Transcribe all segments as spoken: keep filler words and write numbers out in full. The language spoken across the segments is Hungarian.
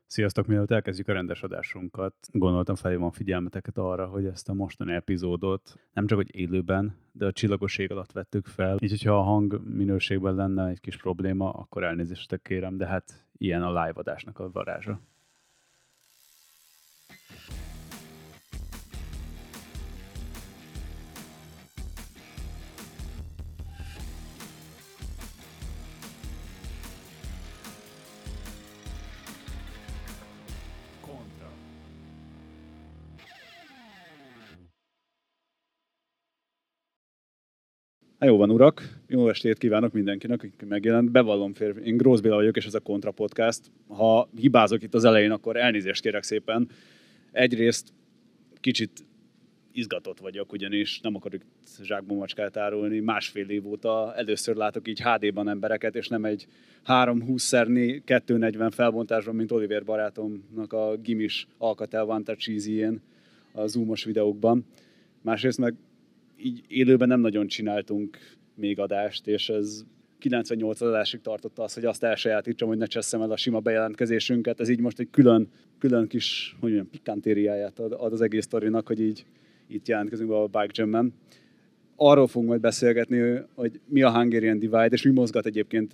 Sziasztok! Mielőtt elkezdjük a rendes adásunkat, gondoltam felhívom figyelmeteket arra, hogy ezt a mostani epizódot nem csak hogy élőben, de a csillagos ég alatt vettük fel. Így, hogyha a hang minőségben lenne egy kis probléma, akkor elnézést kérem, de hát ilyen a live adásnak a varázsa. Na jó van, urak! Jó estét kívánok mindenkinek, akik megjelent. Bevallom férfi, én Grósz Béla vagyok, és ez a Kontra Podcast. Ha hibázok itt az elején, akkor elnézést kérek szépen. Egyrészt kicsit izgatott vagyok, ugyanis nem akarok zsákba macskát árulni. Másfél év óta először látok így há dé-ban embereket, és nem egy háromszázhúsz szer kétszáznegyven felbontásban, mint Oliver barátomnak a gimis Alcatel One Touch Easy-jén a zoomos videókban. Másrészt meg így élőben nem nagyon csináltunk még adást, és ez kilencvennyolc adásig tartotta az, hogy azt elsajátítsam, hogy ne cseszem el a sima bejelentkezésünket. Ez így most egy külön, külön kis, hogy mondjam, pikantériáját ad, ad az egész sztorinak, hogy így itt jelentkezünk a Bike Jam-en. Arról fogunk majd beszélgetni, hogy mi a Hungarian Divide, és mi mozgat egyébként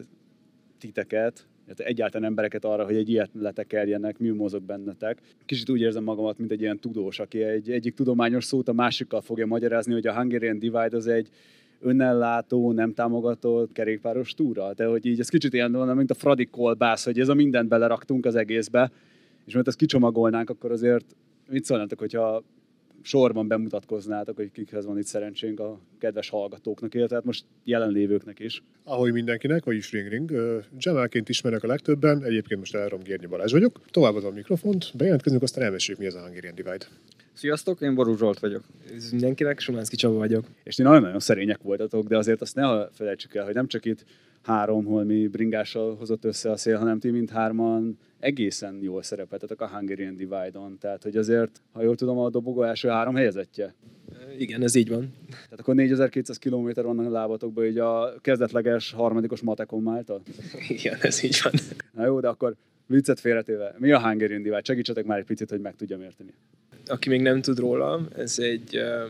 titeket, egyáltalán embereket arra, hogy egy ilyet letekerjenek, mi mozog bennetek. Kicsit úgy érzem magamat, mint egy ilyen tudós, aki egy, egyik tudományos szót a másikkal fogja magyarázni, hogy a Hungarian Divide az egy önellátó, nem támogatott kerékpáros túra. De hogy így ez kicsit ilyen van, mint a Fradi kolbász, hogy ez a mindent beleraktunk az egészbe, és mert ezt kicsomagolnánk, akkor azért mit szólnátok, hogyha sorban bemutatkoznátok, hogy kikhez van itt szerencsénk a kedves hallgatóknak, illetve hát most jelenlévőknek is. Ahogy mindenkinek, vagyis ring ring. Jamalként ismernek a legtöbben, egyébként most Elrom Gérnyi Balázs vagyok. Továbbadom a mikrofont, bejelentkezünk, aztán elmeséljük, mi ez a Hungarian Divide. Sziasztok, én Borús Zsolt vagyok. Ez mindenkinek, Sumánszki Csaba vagyok. És ti nagyon-nagyon szerények voltatok, de azért azt ne felejtsük el, hogy nem csak itt három holmi bringással hozott össze a szél, hanem ti mind hárman egészen jól szerepeltetek a Hungarian Divide-on. Tehát, hogy azért, ha jól tudom, a dobogó első három helyezettje. Igen, ez így van. Tehát akkor négyezer-kétszáz kilométer van a lábatokban, így a kezdetleges harmadikos matekon Málta? Igen, ez így van. Na jó, de akkor viccet félretéve. Mi a Hungarian Divide? Segítsetek már egy picit, hogy meg tudjam érteni. Aki még nem tud róla, ez egy um,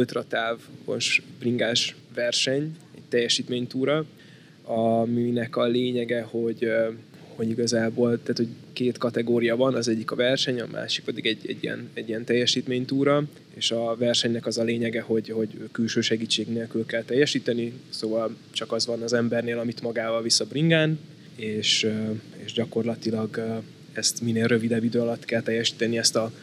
ultratávos bringás verseny, egy teljesítménytúra, aminek a lényege, hogy, uh, hogy igazából tehát, hogy két kategória van, az egyik a verseny, a másik pedig egy, egy, ilyen, egy ilyen teljesítménytúra, és a versenynek az a lényege, hogy, hogy külső segítség nélkül kell teljesíteni, szóval csak az van az embernél, amit magával visz a bringán, és, uh, és gyakorlatilag uh, ezt minél rövidebb idő alatt kell teljesíteni, ezt a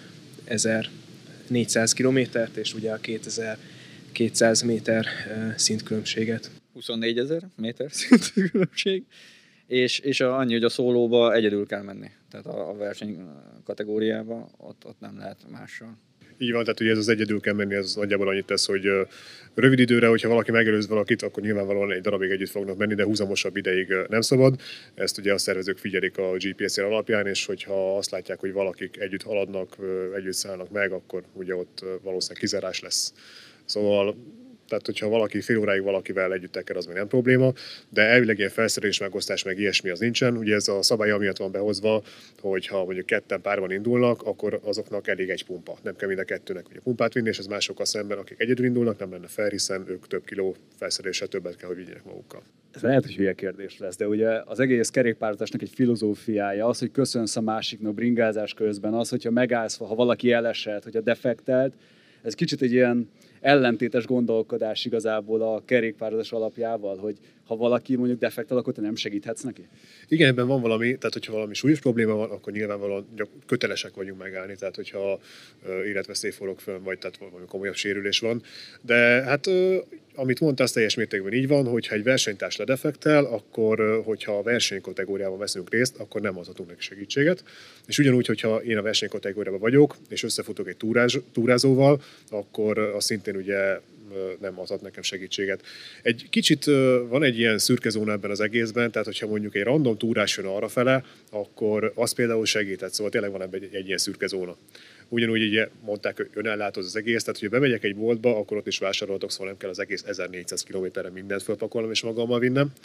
ezernégyszáz kilométert, és ugye a kétezer-kétszáz méter szintkülönbséget. huszonnégyezer méter szintkülönbség, és, és a, annyi, hogy a szólóba egyedül kell menni. Tehát a, a verseny kategóriába ott, ott nem lehet mással. Így van, tehát ugye ez az egyedül kell menni, ez nagyjából annyit tesz, hogy rövid időre, hogyha valaki megelőz valakit, akkor nyilvánvalóan egy darabig együtt fognak menni, de húzamosabb ideig nem szabad. Ezt ugye a szervezők figyelik a gé pé es-jel alapján, és hogyha azt látják, hogy valakik együtt haladnak, együtt szállnak meg, akkor ugye ott valószínűleg kizárás lesz. Szóval tehát, hogyha valaki fél óráig valakivel együtt teker, az még nem probléma, de elvileg ilyen felszerelés megosztás, meg ilyesmi az nincsen. Ugye ez a szabály amiatt van behozva, hogy ha mondjuk ketten párban indulnak, akkor azoknak elég egy pumpa. Nem kell mind a kettőnek ugye pumpát vinni, és ez másokkal szemben, akik egyedül indulnak, nem lenne fair, hiszen ők több kiló felszereléssel többet kell, hogy vigyenek magukkal. Ez lehet, hogy hülye kérdés lesz, de ugye az egész kerékpározásnak egy filozófiája az, hogy köszönsz a másiknak bringázás közben, az, hogyha megállsz, ha valaki elesett, hogyha defektelt, ez kicsit egy ilyen ellentétes gondolkodás igazából a kerékpározás alapjával, hogy ha valaki mondjuk defektel, akkor te nem segíthetsz neki? Igen, ebben van valami, tehát hogyha valami súlyos probléma van, akkor nyilvánvalóan kötelesek vagyunk megállni, tehát hogyha életveszély forog fönn, vagy tehát valami komolyabb sérülés van. De hát amit mondtál, az teljes mértékben így van, hogyha egy versenytárs ledefektel, akkor hogyha a versenykategóriában veszünk részt, akkor nem adhatunk neki segítséget. És ugyanúgy, hogyha én a versenykategóriában vagyok, és összefutok egy túráz, túrázóval, akkor az szintén ugye nem adhat nekem segítséget. Egy kicsit van egy ilyen szürke zóna ebben az egészben, tehát hogyha mondjuk egy random túrás jön arrafele, akkor az például segített, szóval tényleg van ebben egy, egy ilyen szürke zóna. Ugyanúgy így mondták, hogy önellátó az egész, tehát hogyha bemegyek egy boltba, akkor ott is vásárolhatok, szóval nem kell az egész ezernégyszáz kilométerre mindent fölpakolnom és magammal vinnem.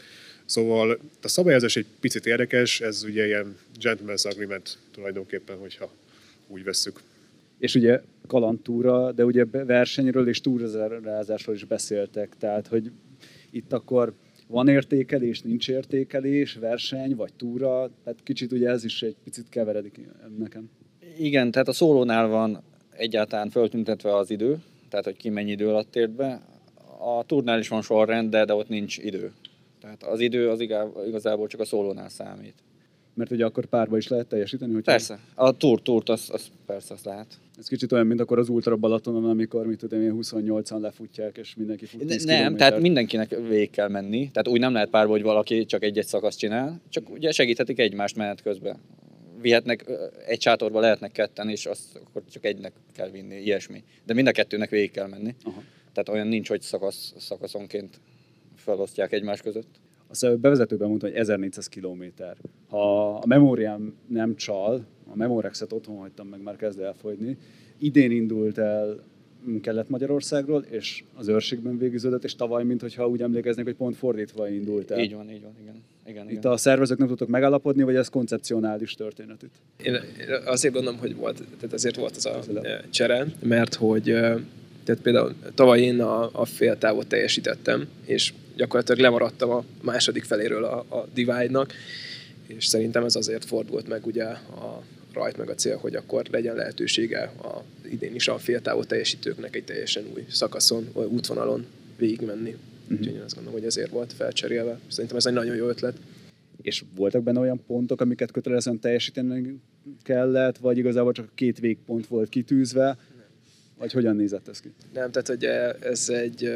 Szóval a szabályozás egy picit érdekes, ez ugye ilyen gentleman's agreement tulajdonképpen, hogyha úgy vesszük. És ugye kalandtúra, de ugye versenyről és túrázásról is beszéltek, tehát hogy itt akkor van értékelés, nincs értékelés, verseny vagy túra, tehát kicsit ugye ez is egy picit keveredik nekem. Igen, tehát a szólónál van egyáltalán föltüntetve az idő, tehát hogy ki mennyi idő alatt ért be. A turnál is van sorrend, de, de ott nincs idő. Tehát az idő az igazából csak a szólónál számít. Mert ugye akkor párba is lehet teljesíteni? Hogyha... Persze. A túr, túrt, az, az persze, azt lehet. Ez kicsit olyan, mint akkor az Ultra Balatonon, amikor mit tudom én, huszonnyolcan lefutják, és mindenki fut tíz Nem, kilométert. tehát mindenkinek végig kell menni. Tehát úgy nem lehet párba, hogy valaki csak egy-egy szakaszt csinál, csak ugye segíthetik egymást menet közben. Vihetnek, egy sátorba lehetnek ketten, és azt akkor csak egynek kell vinni, ilyesmi. De mind a kettőnek végig kell menni. Aha. Tehát olyan nincs, hogy szakasz, szakaszonként felosztják egymás között. Azt bevezetőben mondta, hogy ezernégyszáz kilométer. Ha a memóriám nem csal, a Memorexet otthon hagytam meg, már kezd elfogyni, idén indult el Kelet-Magyarországról, és az őrségben végződött, és tavaly, mintha úgy emlékeznek, hogy pont fordítva indult el. Így van, így van, igen. igen, Itt igen. a szervezők nem tudtok megállapodni, vagy ez koncepcionális történet itt? Én azért gondolom, hogy volt, tehát azért volt az a csere, mert hogy tehát például tavaly én a, a fél távot teljesítettem, és gyakorlatilag lemaradtam a második feléről a, a Divide-nak, és szerintem ez azért fordult meg ugye a rajt meg a cél, hogy akkor legyen lehetősége a, idén is a fél távot teljesítőknek egy teljesen új szakaszon, útvonalon végigmenni. Uh-huh. Úgyhogy én azt gondolom, hogy ezért volt felcserélve. Szerintem ez egy nagyon jó ötlet. És voltak benne olyan pontok, amiket kötelezően teljesíteni kellett, vagy igazából csak két végpont volt kitűzve, vagy hogyan nézett ez ki? Nem, tehát hogy ez egy,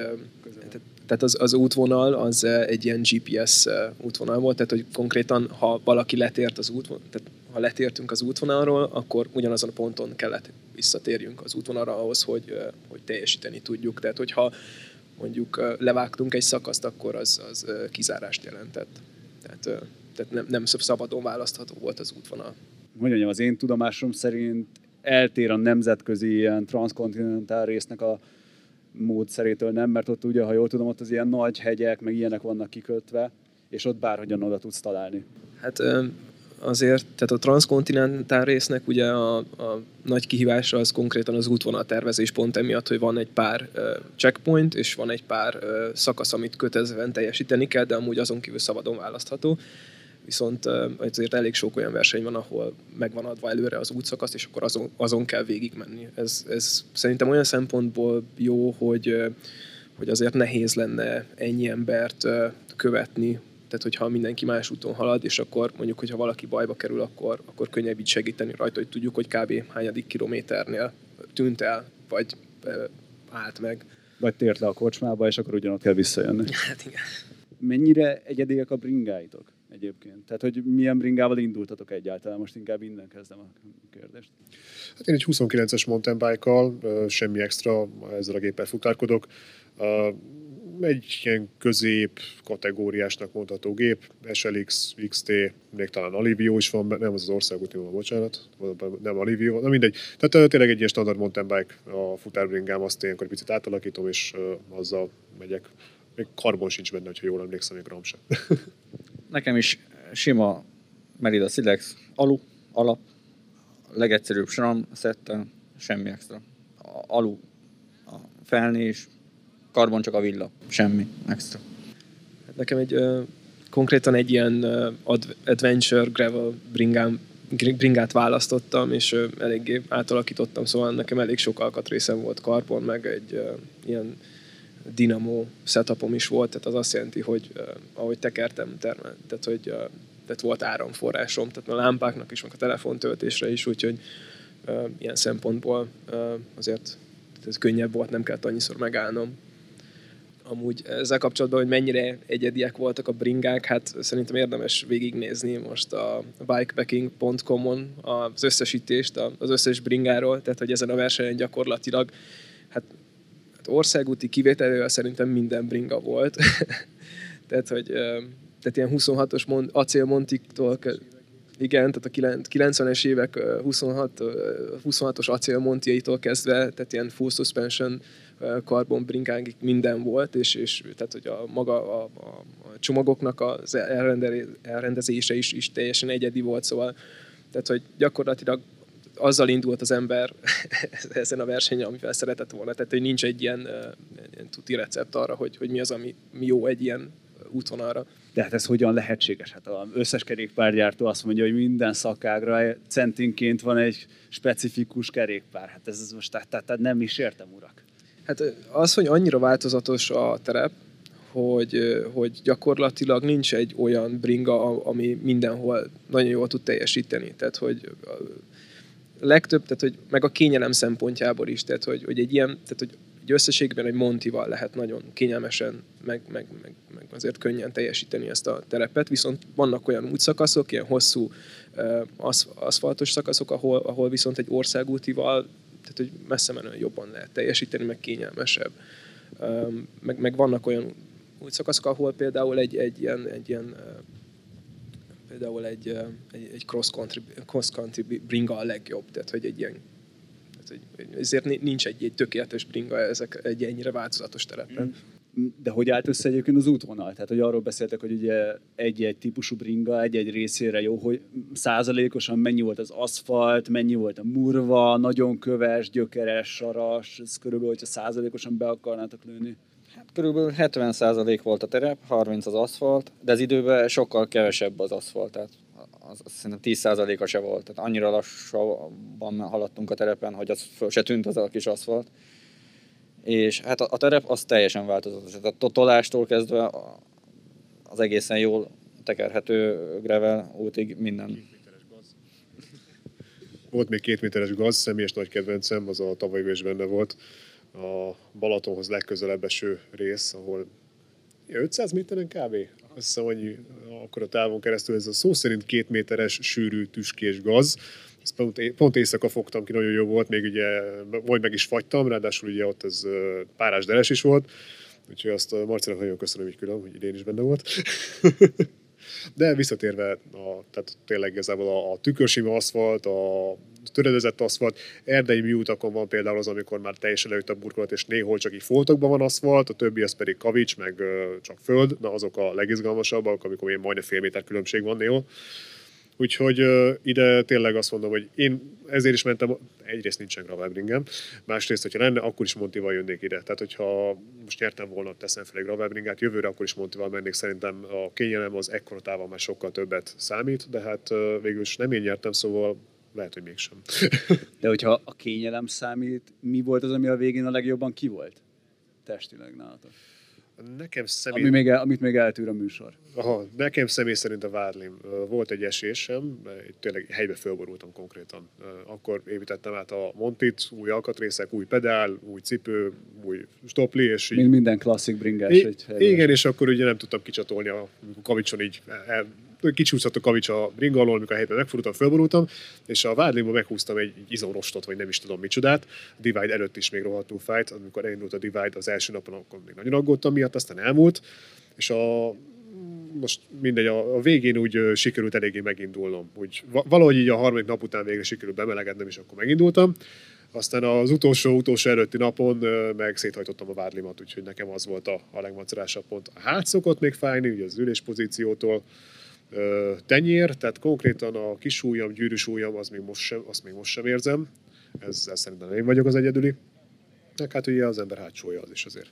tehát az, az útvonal az egy ilyen gé pé es útvonal volt, tehát hogy konkrétan, ha valaki letért az útvonal, tehát ha letértünk az útvonalról, akkor ugyanazon a ponton kellett visszatérjünk az útvonalra ahhoz, hogy, hogy teljesíteni tudjuk. Tehát hogyha mondjuk levágtunk egy szakaszt, akkor az, az kizárást jelentett. Tehát, tehát nem, nem szabadon választható volt az útvonal. Hogy mondjam, az én tudomásom szerint eltér a nemzetközi ilyen transzkontinentál résznek a módszerétől, nem? Mert ott ugye, ha jól tudom, ott az ilyen nagy hegyek, meg ilyenek vannak kikötve, és ott bárhogyan oda tudsz találni. Hát azért, tehát a transzkontinentál résznek ugye a, a nagy kihívása az konkrétan az útvonaltervezés pont emiatt, hogy van egy pár uh, checkpoint, és van egy pár uh, szakasz, amit kötelezően teljesíteni kell, de amúgy azon kívül szabadon választható. Viszont uh, azért elég sok olyan verseny van, ahol meg van adva előre az útszakasz, és akkor azon, azon kell végigmenni. Ez, ez szerintem olyan szempontból jó, hogy, uh, hogy azért nehéz lenne ennyi embert uh, követni. Tehát, hogyha mindenki más úton halad, és akkor mondjuk, hogyha valaki bajba kerül, akkor, akkor könnyebb így segíteni rajta, hogy tudjuk, hogy kb. Hányadik kilométernél tűnt el, vagy e, állt meg. Vagy tért le a kocsmába, és akkor ugyanott kell visszajönni. Hát igen. Mennyire egyediek a bringáitok egyébként? Tehát, hogy milyen bringával indultatok egyáltalán? Most inkább innen kezdem a kérdést. Hát én egy huszonkilences mountain bike-kal, semmi extra, ezzel a géppel futárkodok. Egy ilyen közép kategóriásnak mondható gép, es el iksz, iksz té, még talán Alivio is van, nem az az országúti, bocsánat, nem Alivio, na mindegy. Tehát tényleg egy ilyen standard mountain bike a futárbringám, azt ilyenkor egy picit átalakítom, és azzal megyek. Még karbon sincs benne, hogyha jól emlékszem, még gram sem. Nekem is sima Merida Silex, alu, alap, legegyszerűbb SRAM szettel, semmi extra. A alu, a felnés, karbon csak a villa, semmi extra. Hát nekem egy uh, konkrétan egy ilyen uh, adventure gravel bringám, bringát választottam, és uh, eléggé átalakítottam, szóval nekem elég sok alkatrészem volt, karbon, meg egy uh, ilyen dinamo setupom is volt, tehát az azt jelenti, hogy uh, ahogy tekertem, termel, tehát hogy uh, tehát volt áramforrásom, tehát a lámpáknak is, meg a telefontöltésre is, úgyhogy uh, ilyen szempontból uh, azért ez könnyebb volt, nem kellett annyiszor megállnom. Amúgy ezzel kapcsolatban, hogy mennyire egyediek voltak a bringák, hát szerintem érdemes végignézni most a bikepacking pont com-on az összesítést az összes bringáról, tehát hogy ezen a versenyen gyakorlatilag hát, hát országúti kivételével szerintem minden bringa volt. tehát, hogy tehát ilyen huszonhatos mond, acélmontiktól, igen, tehát a kilencvenes évek huszonhat, huszonhatos acélmontjaitól kezdve, tehát ilyen full suspension karbonbringáig minden volt, és, és tehát, hogy a maga a, a, a csomagoknak az elrendezése is, is teljesen egyedi volt, szóval tehát, hogy gyakorlatilag azzal indult az ember ezen a versenyen, amivel szeretett volna. Tehát, hogy nincs egy ilyen, ilyen tuti recept arra, hogy, hogy mi az, ami mi jó egy ilyen útvonalra. De hát ez hogyan lehetséges? Hát az összes kerékpárgyártó azt mondja, hogy minden szakágra centinként van egy specifikus kerékpár. Hát ez most tehát, tehát nem is értem, urak. Hát az, hogy annyira változatos a terep, hogy, hogy gyakorlatilag nincs egy olyan bringa, ami mindenhol nagyon jól tud teljesíteni. Tehát, hogy legtöbb, tehát, hogy meg a kényelem szempontjából is, tehát, hogy, hogy egy ilyen, tehát, hogy egy összességben egy Montival lehet nagyon kényelmesen, meg, meg, meg, meg azért könnyen teljesíteni ezt a terepet, viszont vannak olyan útszakaszok, ilyen hosszú uh, asz, aszfaltos szakaszok, ahol, ahol viszont egy országútival, tehát, hogy messze menően jobban lehet teljesíteni, meg kényelmesebb. Um, meg, meg vannak olyan útszakaszok, ahol például egy, egy ilyen, egy ilyen uh, például egy, egy, egy cross-country, cross-country bringa a legjobb, tehát hogy egy ilyen, tehát, hogy ezért nincs egy, egy tökéletes bringa ezek egy ennyire változatos terepen. De hogy állt össze egyébként az útvonal? Tehát, hogy arról beszéltek, hogy ugye egy-egy típusú bringa egy-egy részére jó, hogy százalékosan mennyi volt az aszfalt, mennyi volt a murva, nagyon köves, gyökeres, saras, ez körülbelül, hogyha százalékosan be akarnátok lőni. Hát körülbelül hetven százalék volt a terep, harminc az aszfalt, de az időben sokkal kevesebb az aszfalt, tehát az, az szerintem tíz százaléka se volt. Tehát annyira lassabban haladtunk a terepen, hogy az föl se tűnt az a kis aszfalt. És hát a, a terep az teljesen változatos. Tehát a tolástól kezdve az egészen jól tekerhető gravel útig minden. Volt még két méteres gaz, személyes nagy kedvencem, az a tavaly is benne volt. A Balatonhoz legközelebb eső rész, ahol ötszáz méteren kb. Azt hiszem, hogy akkor a távon keresztül ez a szó szerint két méteres sűrű tüskés gaz. Ezt pont, pont éjszaka fogtam ki, nagyon jó volt, még ugye majd meg is fagytam, ráadásul ugye ott ez párás deles is volt, úgyhogy azt a Marcinak nagyon köszönöm így külön, hogy idén is benne volt. De visszatérve, a, tehát tényleg igazából a, a tükörsima aszfalt, a töredezett aszfalt, erdei műutakon van például az, amikor már teljesen leütt a burkolat, és néhol csak így foltokban van aszfalt, a többi az pedig kavics, meg ö, csak föld, na azok a legizgalmasabbak, amikor ilyen majdnem fél méter különbség van néhol. Úgyhogy uh, ide tényleg azt mondom, hogy én ezért is mentem, egyrészt nincsen gravelbringem, másrészt, hogyha lenne, akkor is Montival jönnék ide. Tehát, hogyha most nyertem volna, teszem fel egy gravelbringát, jövőre akkor is Montival mennék, szerintem a kényelem az ekkora távon már sokkal többet számít, de hát uh, végül is nem én nyertem, szóval lehet, hogy mégsem. De hogyha a kényelem számít, mi volt az, ami a végén a legjobban ki volt? Testileg nálatok. Nekem személy... Ami még el, amit még eltűr a műsor. Aha, nekem személy szerint a Vádlim. Volt egy esésem, tényleg helybe fölborultam konkrétan. Akkor építettem át a Montit, új alkatrészek, új pedál, új cipő, új stopli, és így... Mint minden klasszik bringás. I- egy igen, és akkor ugye nem tudtam kicsatolni, a kavicson így el, kicsúszott a kavics a bringa alól, amikor a helyben megfordultam, fölborultam, és a Vádlimban meghúztam egy izomrostot, vagy nem is tudom micsodát. A Divide előtt is még rohadtul fájt, amikor elindult a Divide az első napon, akkor még nagyon aggódtam miatt, aztán elmúlt, és a most mindegy, a, a végén úgy uh, sikerült eléggé megindulnom. Úgy, valahogy így a harmadik nap után végre sikerült bemelegednem, és akkor megindultam. Aztán az utolsó, utolsó előtti napon uh, meg széthajtottam a Vádlimat, úgyhogy nekem az volt a, a legmacerásabb pont. A hát szokott még fájni, ugye az üléspozíciótól, uh, tenyér, tehát konkrétan a kis ujjam, gyűrűs ujjam, az még most sem, azt még most sem érzem. Ezzel szerintem én vagyok az egyedüli. Meg hát ugye az ember hátsója az is azért.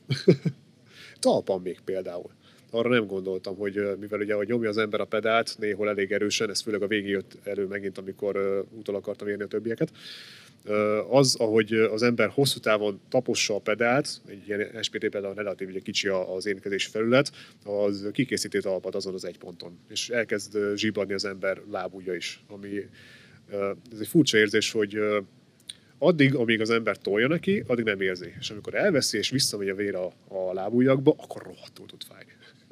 Talpam még például. Arra nem gondoltam, hogy mivel ugye, hogy nyomja az ember a pedált, néhol elég erősen, ez főleg a végén jött elő megint, amikor uh, utol akartam érni a többieket, uh, az, ahogy az ember hosszú távon tapossa a pedált, egy ilyen es pé té pedál relatív ugye kicsi az érintkezési felület, az kikészíti talpat azon az egy ponton, és elkezd zsibadni az ember lábujja is, ami uh, ez egy furcsa érzés, hogy uh, addig, amíg az ember tolja neki, addig nem érzi. És amikor elveszi és visszamegy a vér a, a lábujjakba, akkor rohadtul tud fájni.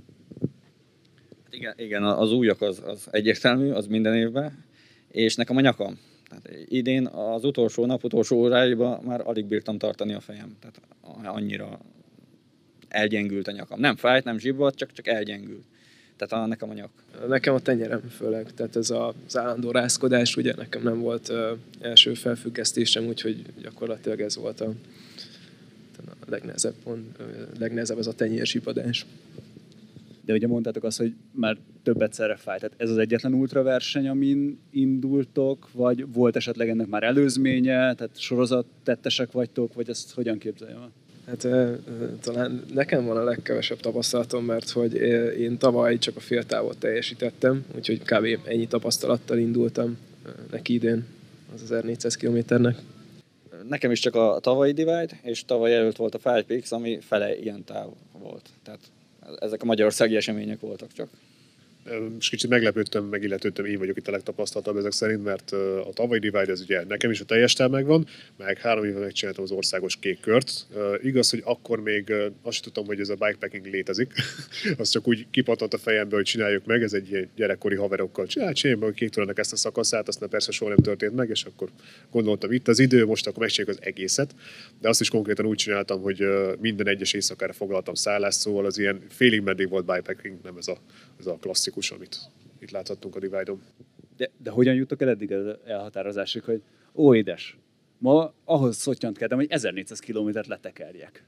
Igen, igen, az ujjak az, az egyértelmű, az minden évben, és nekem a nyakam. Tehát idén az utolsó nap, utolsó óráiban már alig bírtam tartani a fejem. Tehát annyira elgyengült a nyakam. Nem fájt, nem zsibbadt, csak, csak elgyengült. Tehát a, nekem a nyak. Nekem a tenyerem főleg, tehát ez a, az állandó rázkodás, ugye nekem nem volt uh, első felfüggesztésem, úgyhogy gyakorlatilag ez volt a, legnehezebb, pont, legnehezebb ez a tenyérsipadás. De ugye mondtátok azt, hogy már több egyszerre fáj. Tehát ez az egyetlen ultraverseny, amin indultok, vagy volt esetleg ennek már előzménye, tehát sorozattettesek vagytok, vagy ezt hogyan képzeljem el? Hát talán nekem van a legkevesebb tapasztalatom, mert hogy én tavaly csak a féltávot teljesítettem, úgyhogy kb. Ennyi tapasztalattal indultam neki idén az ezernégyszáz kilométernek. Nekem is csak a tavalyi Divide, és tavaly előtt volt a Five Peaks, ami fele ilyen táv volt. Tehát ezek a magyarországi események voltak csak. És kicsit meglepődtem, megilletődtem, én vagyok itt a legtapasztaltabb ezek szerint, mert a tavalyi Divide, ez ugye nekem is a teljes táv megvan, meg három éve megcsináltam az országos kék kört. Uh, igaz, hogy akkor még uh, azt sem tudtam, hogy ez a bikepacking létezik. Az csak úgy kipattant a fejembe, hogy csináljuk meg, ez egy ilyen gyerekkori haverokkal csinál, csináljuk meg a kék túrának ezt a szakaszát, aztán persze soha nem történt meg, és akkor gondoltam, itt az idő, most akkor megcsináljuk az egészet. De azt is konkrétan úgy csináltam, hogy uh, minden egyes éjszakára foglaltam szállást, szóval az ilyen félig meddig volt bikepacking, nem ez a, ez a klasszikus, amit itt láthattunk a Divide-on. De, de hogyan juttok el eddig az elhatározásig, hogy ó, édes, ma ahhoz szottyant keltem, hogy ezernégyszáz kilométert letekerjek?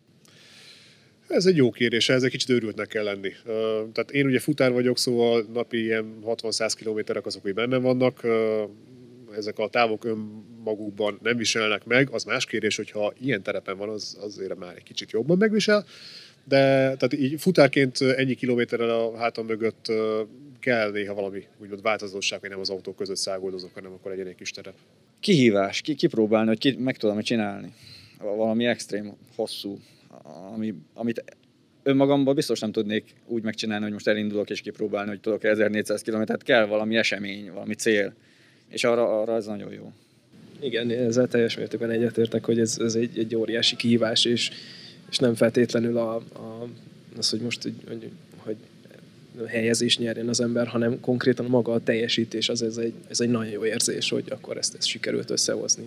Ez egy jó kérdés, ez egy kicsit őrültnek kell lenni. Uh, tehát én ugye futár vagyok, szóval napi ilyen hatvan-száz kilométerek azok, hogy bennem vannak. Uh, ezek a távok önmagukban nem viselnek meg. Az más kérdés, hogyha ilyen terepen van, az azért már egy kicsit jobban megvisel. De tehát így futárként ennyi kilométerrel a hátam mögött kell néha valami úgymond változóság, hogy nem az autók között száguldozok, hanem akkor legyen egy kis terep. Kihívás, ki, kipróbálni, hogy ki, meg tudom csinálni. Valami extrém, hosszú, ami, amit önmagamban biztos nem tudnék úgy megcsinálni, hogy most elindulok és kipróbálni, hogy tudok ezernégyszáz kilométert, kell valami esemény, valami cél. És arra, arra ez nagyon jó. Igen, ezzel teljes mértékben egyetértek, hogy ez, ez egy, egy óriási kihívás, és és nem feltétlenül a, a, az, hogy most hogy, hogy, hogy helyezés nyerjen az ember, hanem konkrétan maga a teljesítés, az ez egy, ez egy nagyon jó érzés, hogy akkor ezt, ezt sikerült összehozni.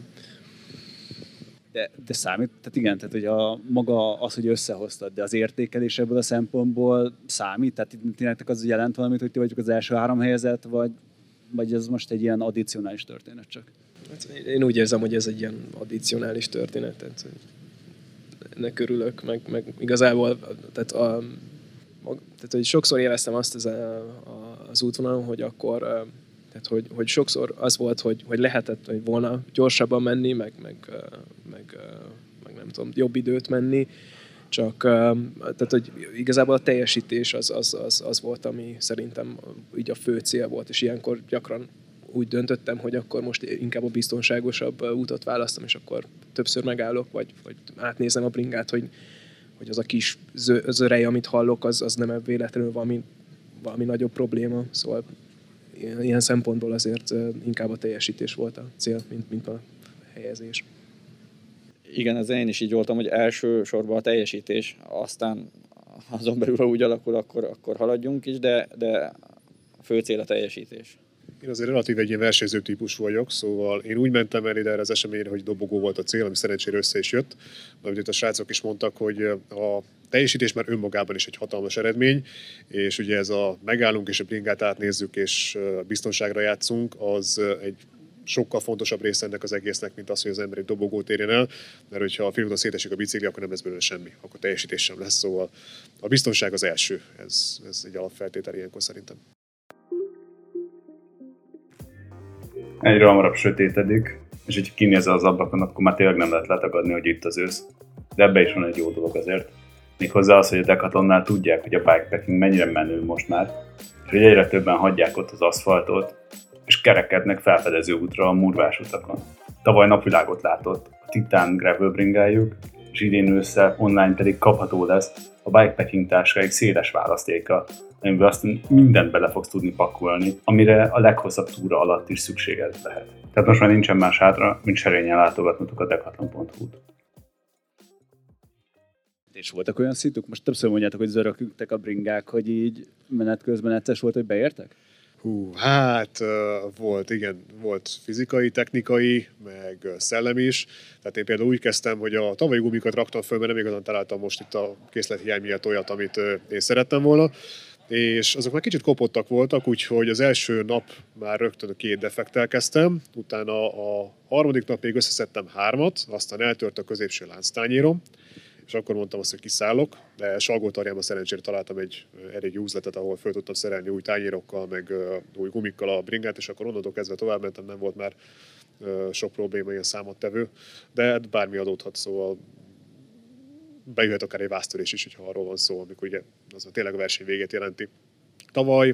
De, de számít, tehát igen, tehát hogy a, maga az, hogy összehoztad, de az értékelés ebből a szempontból számít? Tehát nektek az jelent valamit, hogy ti vagytok az első három helyezett, vagy, vagy ez most egy ilyen addicionális történet csak? Hát én úgy érzem, hogy ez egy ilyen addicionális történet, tehát ennek örülök, meg, meg igazából tehát, a, tehát hogy sokszor éreztem azt az, a, a, az útvonalon, hogy akkor tehát, hogy, hogy sokszor az volt, hogy, hogy lehetett hogy volna gyorsabban menni, meg, meg, meg, meg nem tudom, jobb időt menni, csak tehát, hogy igazából a teljesítés az, az, az, az volt, ami szerintem így a fő cél volt, és ilyenkor gyakran úgy döntöttem, hogy akkor most inkább a biztonságosabb útot választom, és akkor többször megállok, vagy, vagy átnézem a bringát, hogy, hogy az a kis zö, zörej, amit hallok, az, az nem véletlenül valami, valami nagyobb probléma. Szóval ilyen szempontból azért inkább a teljesítés volt a cél, mint, mint a helyezés. Igen, ez én is így voltam, hogy első sorban a teljesítés, aztán azon belül, ha úgy alakul, akkor, akkor haladjunk is, de, de a fő cél a teljesítés. Én azért relatív egy ilyen versenyző típus vagyok, szóval én úgy mentem el ide erre az eseményre, hogy dobogó volt a cél, ami szerencsére össze is jött. Amit itt a srácok is mondtak, hogy a teljesítés már önmagában is egy hatalmas eredmény, és ugye ez a megállunk és a bringát átnézzük és biztonságra játszunk, az egy sokkal fontosabb része ennek az egésznek, mint az, hogy az ember egy dobogót érjen el, mert hogyha a félúton szétesik a bicikli, akkor nem lesz belőle semmi, akkor teljesítés sem lesz, szóval a biztonság az első, ez, ez egy alapfeltétel ilyenkor szerintem. Egyre hamarabb sötétedik, és hogyha kinézel az ablakon, akkor már tényleg nem lehet letagadni, hogy itt az ősz. De ebbe is van egy jó dolog azért. Méghozzá az, hogy a Decathlonnál tudják, hogy a bikepacking mennyire menő most már, és hogy egyre többen hagyják ott az aszfaltot, és kerekednek felfedező útra a murvás utakon. Tavaly napvilágot látott a Titan gravel bringájuk, és idén ősszel online pedig kapható lesz a bikepacking táskáik széles választéka, amiben aztán mindent bele fogsz tudni pakolni, amire a leghosszabb túra alatt is szükséged lehet. Tehát most már nincsen más hátra, mint serényen látogatnotok a decathlon pont hu-t. És voltak olyan szituk? Most többször mondjátok, hogy zörögtek a bringák, hogy így menet közben egyszer volt, hogy beértek? Hú, hát volt, igen, volt fizikai, technikai, meg szellemi is. Tehát én például úgy kezdtem, hogy a tavalyi gumikat raktam föl, mert nem igazán találtam most itt a készlethiány miatt olyat, amit én szerettem volna. És azok már kicsit kopottak voltak, úgyhogy az első nap már rögtön a két defekttel kezdtem, utána a harmadik nap még összeszedtem hármat, aztán eltört a középső lánctányérom, és akkor mondtam azt, hogy kiszállok, de Salgótarjánban szerencsére találtam egy elég jó üzletet, ahol föl tudtam szerelni új tányérokkal, meg új gumikkal a bringát, és akkor onnantól kezdve tovább mentem, nem volt már sok probléma, ilyen számottevő, de bármi adódhat, szóval bejöhet akár egy vásztörés is, hogyha arról van szó, amikor ugye az tényleg a verseny végét jelenti. Tavaly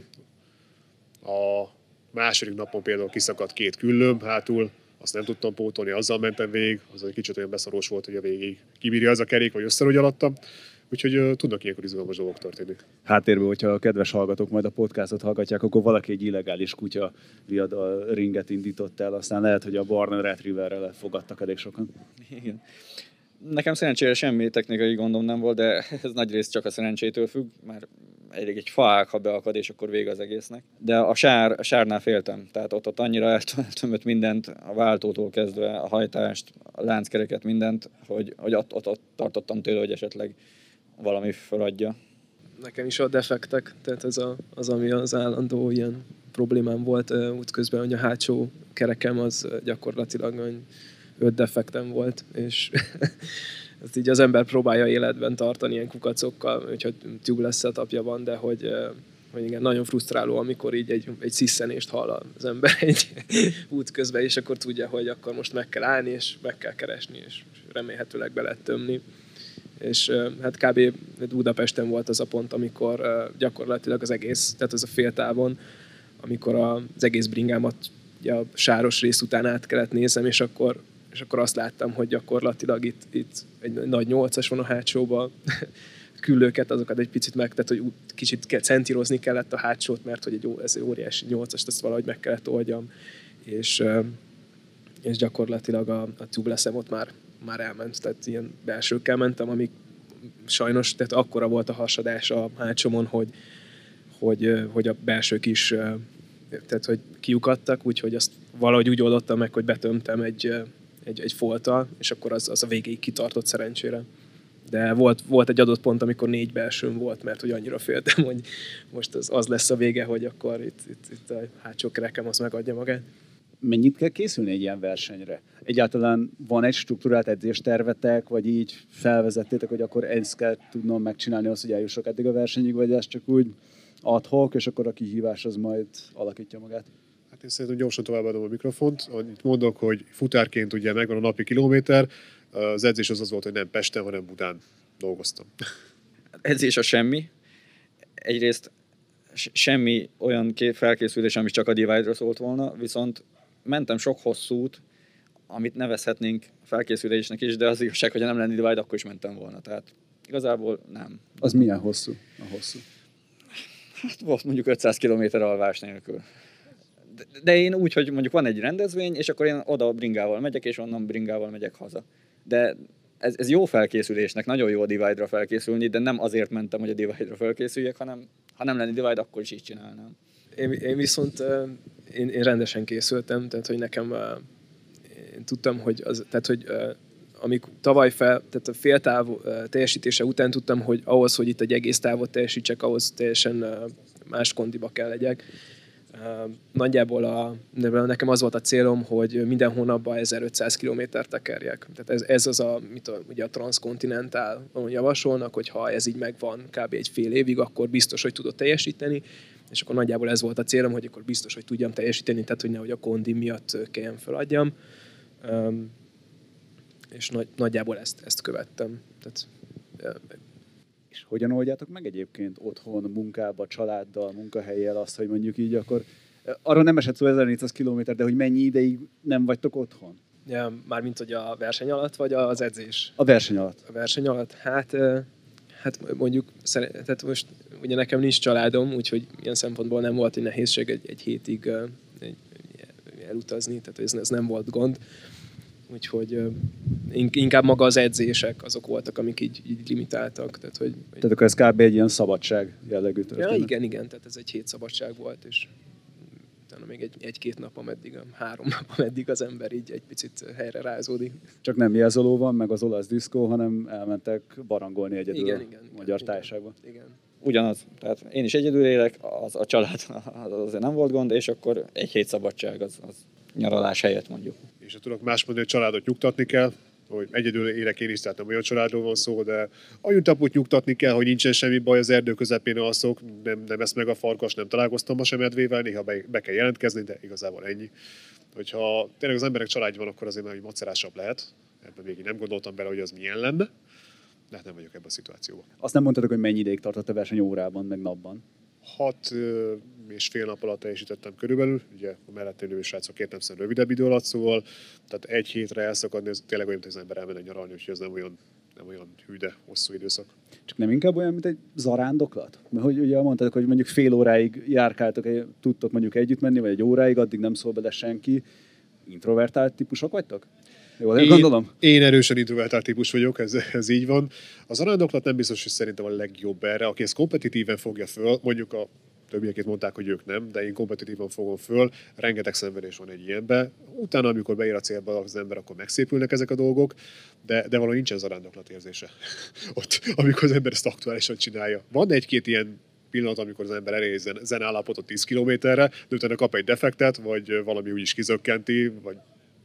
a második napon például kiszakadt két küllőm hátul, azt nem tudtam pótolni, azzal mentem végig, az egy kicsit olyan beszorós volt, hogy a végig kibírja az a kerék, vagy összerogy alattam. Úgyhogy uh, tudnak ilyenkor izgalmas dolgok történni. Háttérben, hogyha a kedves hallgatók majd a podcastot hallgatják, akkor valaki egy illegális kutya viadal ringet indított el, aztán lehet, hogy a Barna Retrieverrel fogadtak elég sokan. Igen. Nekem szerencsére semmi technikai gondom nem volt, de ez nagyrészt csak a szerencsétől függ, mert elég egy faág, ha beakad, és akkor vége az egésznek. De a, sár, a sárnál féltem, tehát ott, ott annyira eltömött mindent, a váltótól kezdve a hajtást, a lánckereket, mindent, hogy, hogy ott, ott, ott tartottam tőle, hogy esetleg valami feladja. Nekem is a defektek, tehát ez a, az, ami az állandó ilyen problémám volt útközben, hogy a hátsó kerekem az gyakorlatilag öt defektem volt, és ezt így az ember próbálja életben tartani ilyen kukacokkal, hogyha tubeless setupja van, de hogy, hogy igen, nagyon frusztráló, amikor így egy, egy sziszenést hall az ember egy út közben, és akkor tudja, hogy akkor most meg kell állni, és meg kell keresni, és remélhetőleg be lehet tömni. És hát kb. Budapesten volt az a pont, amikor gyakorlatilag az egész, tehát az a féltávon, amikor az egész bringámat ugye a sáros rész után át kellett nézem, és akkor, és akkor azt láttam, hogy gyakorlatilag itt, itt egy nagy nyolcas van a hátsóban, küllőket, azokat egy picit meg, tehát hogy kicsit kell, centírozni kellett a hátsót, mert hogy egy, ez egy óriási nyolcast, azt valahogy meg kellett oldjam, és, és gyakorlatilag a, a tubeless-em ott már, már elment, tehát ilyen belsőkkel mentem, amik sajnos, tehát akkora volt a hasadás a hátsomon, hogy, hogy, hogy a belsők is, tehát hogy kiukadtak, úgyhogy azt valahogy úgy oldottam meg, hogy betömtem egy, egy, egy folttal, és akkor az, az a végéig kitartott szerencsére. De volt, volt egy adott pont, amikor négy belsőm volt, mert hogy annyira féltem, hogy most az, az lesz a vége, hogy akkor itt, itt, itt a hátsó kerekem az megadja magát. Mennyit kell készülni egy ilyen versenyre? Egyáltalán van egy struktúrált edzéstervetek, vagy így felvezettétek, hogy akkor ezt kell tudnom megcsinálni azt, hogy eljussak eddig a versenyig, vagy ez csak úgy ad hoc, és akkor a kihívás az majd alakítja magát? Hát én szerintem gyorsan továbbadom a mikrofont. Itt mondok, hogy futárként ugye megvan a napi kilométer, az edzés az az volt, hogy nem Pesten, hanem Budán dolgoztam. Edzés a semmi. Egyrészt semmi olyan felkészülés, ami csak a Divide-ra szólt volna, viszont mentem sok hosszút, amit nevezhetnénk felkészülésnek is, de az igazság, hogyha nem lenne Divide, akkor is mentem volna. Tehát igazából nem. Az milyen hosszú? A hosszú. Hát volt mondjuk ötszáz kilométer alvás nélkül. De, de én úgy, hogy mondjuk van egy rendezvény, és akkor én oda bringával megyek, és onnan bringával megyek haza. De ez, ez jó felkészülésnek, nagyon jó a Divide-ra felkészülni, de nem azért mentem, hogy a Divide-ra felkészüljek, hanem ha nem lenne Divide, akkor is így csinálnám. Én, én viszont én, én rendesen készültem, tehát hogy nekem én tudtam, hogy, az, tehát, hogy amik tavaly fel, tehát a féltáv teljesítése után tudtam, hogy ahhoz, hogy itt egy egész távot teljesítsek, ahhoz teljesen más kondiba kell legyek. Nagyjából a, nekem az volt a célom, hogy minden hónapban ezerötszáz kilométert tekerjek. Tehát ez, ez az, a, mit a, ugye a Transcontinental javasolnak, hogy ha ez így megvan kb. Egy fél évig, akkor biztos, hogy tudod teljesíteni. És akkor nagyjából ez volt a célom, hogy akkor biztos, hogy tudjam teljesíteni, tehát hogy nehogy a kondi miatt kelljen feladjam. Um, és nagy, nagyjából ezt, ezt követtem. Tehát, uh, és hogyan oldjátok meg egyébként otthon, munkába, családdal, munkahelyjel azt, hogy mondjuk így akkor, arra nem esett szó ezernégyszáz kilométer, de hogy mennyi ideig nem vagytok otthon? Ja, mármint, hogy a verseny alatt, vagy az edzés? A verseny alatt. A verseny alatt? Hát, uh, hát mondjuk, tehát most ugye nekem nincs családom, úgyhogy ilyen szempontból nem volt egy nehézség egy, egy hétig uh, egy, elutazni, tehát ez, ez nem volt gond. Úgyhogy uh, inkább maga az edzések azok voltak, amik így, így limitáltak. Tehát, hogy, tehát akkor ez kb. Egy ilyen szabadság jellegű történet. Ja, igen, igen, tehát ez egy hét szabadság volt, és utána még egy, egy-két nap, ameddig, három nap, ameddig az ember így egy picit helyre rázódik. Csak nem jelzoló van, meg az olasz diszkó, hanem elmentek barangolni egyedül igen, a igen, magyar igen, tájságba. Igen. Ugyanaz. Tehát én is egyedül élek, az, a család az azért nem volt gond, és akkor egy hét szabadság az, az nyaralás helyett mondjuk. És ha tudok más mondani, hogy családot nyugtatni kell, hogy egyedül élek én is, tehát nem olyan családról van szó, de a juntapot nyugtatni kell, hogy nincsen semmi baj, az erdő közepén alszok, nem, nem esz meg a farkas, nem találkoztam ma sem medvével, néha be, be kell jelentkezni, de igazából ennyi. Hogyha tényleg az emberek családja van, akkor azért már macerásabb lehet. Ebben még nem gondoltam bele, hogy az milyen lenne, de hát nem vagyok ebben a szituációban. Azt nem mondtad, hogy mennyi ideig tartott a verseny órában, meg napban? Hat és fél nap alatt teljesítettem körülbelül, ugye a mellettem lévő srácok kértem szem rövidebb idő alatt, szóval tehát egy hétre elszakadni, ez tényleg olyan, mint az ember elmenne nyaralni, úgyhogy ez nem olyan, nem olyan hű, de hosszú időszak. Csak nem inkább olyan, mint egy zarándoklat? Mert hogy ugye mondtad, hogy mondjuk fél óráig járkáltok, tudtok mondjuk együtt menni, vagy egy óráig, addig nem szól bele senki. Introvertált típusok vagytok? Jól én, gondolom? Én erősen introvertált típus vagyok, ez, ez így van. A zarándoklat nem biztos, hogy szerintem a legjobb erre. Aki ezt kompetitíven fogja föl, mondjuk a többiekét mondták, hogy ők nem, de én kompetitívan fogom föl, rengeteg szenvedés van egy ilyenben. Utána, amikor beér a célba az ember, akkor megszépülnek ezek a dolgok, de, de valahogy nincsen zarándoklat érzése. Ott, amikor az ember ezt aktuálisan csinálja. Van egy-két ilyen pillanat, amikor az ember elér zen, zenállapotot tíz kilométerre, de utána kap egy defektet, vagy valami úgy is kizökkenti, vagy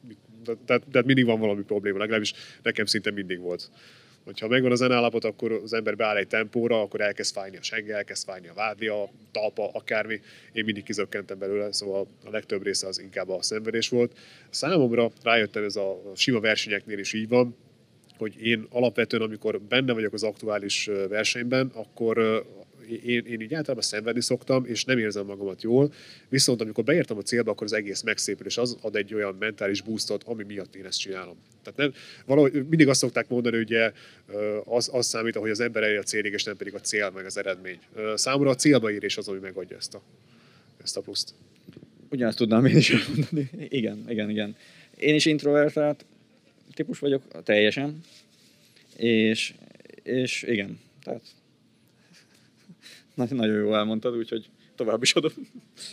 tehát, tehát mindig van valami probléma, legalábbis nekem szinte mindig volt. Hogyha megvan a zenállapot, akkor az ember beáll egy tempóra, akkor elkezd fájni a senge, elkezd fájni a vádlia, a talpa, akármi. Én mindig kizökkentem belőle, szóval a legtöbb része az inkább a szenvedés volt. Számomra rájöttem, ez a sima versenyeknél is így van, hogy én alapvetően, amikor benne vagyok az aktuális versenyben, akkor én, én így általában szenvedni szoktam, és nem érzem magamat jól, viszont amikor beértem a célba, akkor az egész megszépül, és az ad egy olyan mentális boostot, ami miatt én ezt csinálom. Tehát nem, valahogy mindig azt szokták mondani, hogy ugye, az, az számít, hogy az ember elér a célig, és nem pedig a cél, meg az eredmény. Számomra a célba érés az, ami megadja ezt a, ezt a pluszt. Ugyanazt tudnám én is mondani. Igen, igen, igen. Én is introvertált típus vagyok, teljesen. És, és igen, tehát nagyon jó elmondtad, úgyhogy tovább is adom.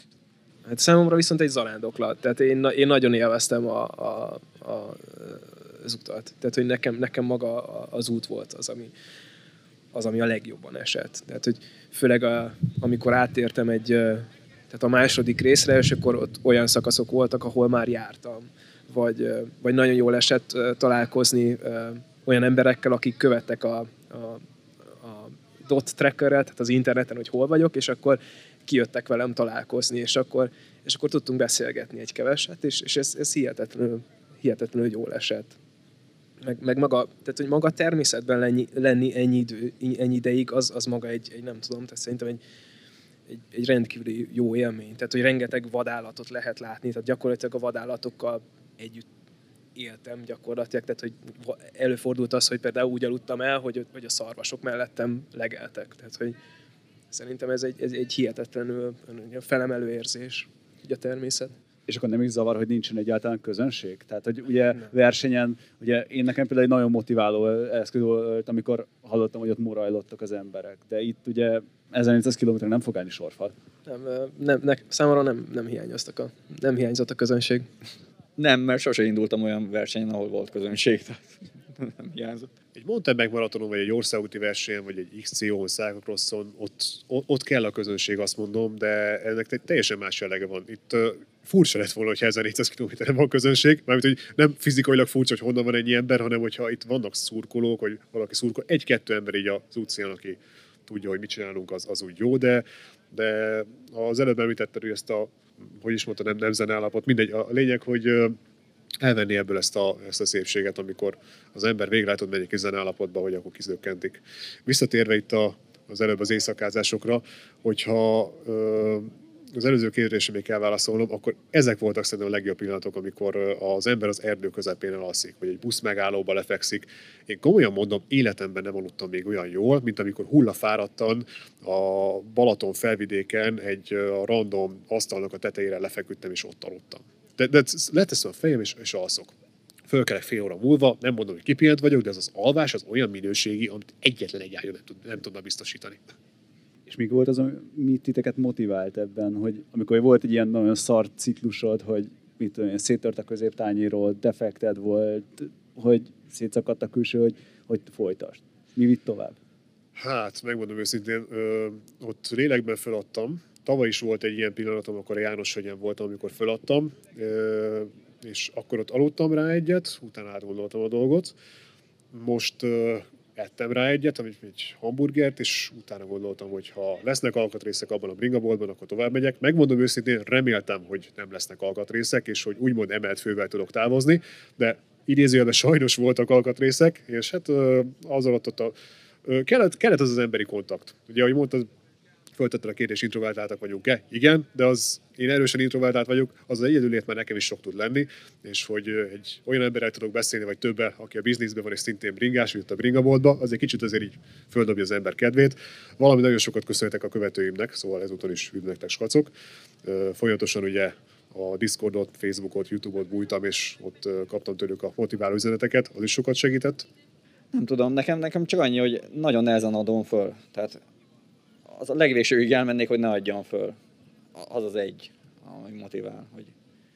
Hát számomra viszont egy zarándoklat. Tehát én, én nagyon élveztem a, a, a, az utat. Tehát, hogy nekem, nekem maga az út volt az, ami, az, ami a legjobban esett. Tehát, hogy főleg a, amikor átértem egy, tehát a második részre, és akkor ott olyan szakaszok voltak, ahol már jártam. Vagy, vagy nagyon jól esett találkozni olyan emberekkel, akik követtek a, a dot trackerrel, tehát az interneten, hogy hol vagyok, és akkor kijöttek velem találkozni, és akkor, és akkor tudtunk beszélgetni egy keveset, és, és ez, ez hihetetlenül, hihetetlenül jól esett. Meg, meg maga, tehát, hogy maga természetben lenni, lenni ennyi, idő, ennyi ideig, az, az maga egy, egy, nem tudom, tehát szerintem egy, egy, egy rendkívüli jó élmény. Tehát, hogy rengeteg vadállatot lehet látni, tehát gyakorlatilag a vadállatokkal együtt éltem gyakorlatilag, tehát hogy előfordult az, hogy például úgy aludtam el, hogy, hogy a szarvasok mellettem legeltek. Tehát, hogy szerintem ez egy, ez egy hihetetlenül felemelő érzés, így a természet. És akkor nem is zavar, hogy nincsen egyáltalán közönség? Tehát, hogy ugye nem. Versenyen, ugye én nekem például egy nagyon motiváló eszköz volt, amikor hallottam, hogy ott morajlottak az emberek. De itt ugye ezernégyszáz kilométer nem fog állni sorfal. Nem, nem, nem, számomra nem, nem, hiányoztak a, nem hiányzott a közönség. Nem, mert sose indultam olyan versenyen, ahol volt közönség, tehát nem hiányzott. Egy mountain bike maratonon, vagy egy országúti versenyen, vagy egy iksz cé ó-n, cyclocrosson, ott, ott kell a közönség, azt mondom, de ennek teljesen más jellege van. Itt uh, furcsa lett volna, hogyha ezernégyszáz kilométeren van közönség, mármint, hogy nem fizikailag furcsa, hogy honnan van ennyi ember, hanem hogyha itt vannak szurkolók, vagy valaki szurkol, egy-kettő ember így az útszélen, aki tudja, hogy mit csinálunk, az, az úgy jó, de, de az előbb említetted, hogy ezt a, hogy is mondta, nem, nem zenállapot, mindegy, a lényeg, hogy elvenni ebből ezt a, ezt a szépséget, amikor az ember végre tud menni ki zenállapotba, hogy akkor kizökkentik. Visszatérve itt a, az előbb az éjszakázásokra, hogyha ö, az előző kérdésre még kell válaszolnom, akkor ezek voltak szerintem a legjobb pillanatok, amikor az ember az erdő közepén alszik, vagy egy busz megállóba lefekszik. Én komolyan mondom, életemben nem aludtam még olyan jól, mint amikor hullafáradtan a Balaton felvidéken egy random asztalnak a tetejére lefeküdtem, és ott aludtam. De, de leteszem a fejem, és, és alszok. Fölkelek fél óra múlva, nem mondom, hogy kipihent vagyok, de az az alvás az olyan minőségi, amit egyetlen egy ágyon nem, tud, nem tudna biztosítani. És mi volt az, ami titeket motivált ebben, hogy amikor volt egy ilyen nagyon szar ciklusod, hogy mit tudom, széttört a középtányéról, defekted volt, hogy szétszakadt a külső, hogy, hogy folytasd. Mi vitt tovább? Hát, megmondom őszintén, ö, ott lélekben feladtam. Tavaly is volt egy ilyen pillanatom, akkor a János hegyen voltam, amikor feladtam. Ö, és akkor ott aludtam rá egyet, utána átgondoltam a dolgot. Most uh, ettem rá egyet, amit egy hamburgert, és utána gondoltam, hogy ha lesznek alkatrészek abban a bringaboltban, akkor tovább megyek. Megmondom őszintén, reméltem, hogy nem lesznek alkatrészek, és hogy úgymond emelt fővel tudok távozni, de idézőjelben sajnos voltak alkatrészek, és hát uh, az alatt ott a, uh, kellett, kellett az az emberi kontakt. Ugye, ahogy mondtad, föltetted a kérdést, introvertáltak vagyunk-e? Igen, de az én erősen introvertált vagyok, az az egyedülét már nekem is sok tud lenni, és hogy egy olyan emberrel tudok beszélni, vagy többel, aki a bizniszben van, és szintén bringás, jött a bringaboltba, az egy kicsit azért így földobja az ember kedvét. Valami nagyon sokat köszönhetek a követőimnek, szóval ezúton is hűv nektek, skacok. Folyamatosan ugye a Discordot, Facebookot, YouTube-ot bújtam, és ott kaptam tőlük a motiváló üzeneteket, az is sokat segített. Nem tudom, nekem, nekem csak annyi, hogy nagyon nehezen adom föl. Tehát az a legvégsőig elmennék, hogy ne adjam föl. Az az egy, ami motivál. Hogy...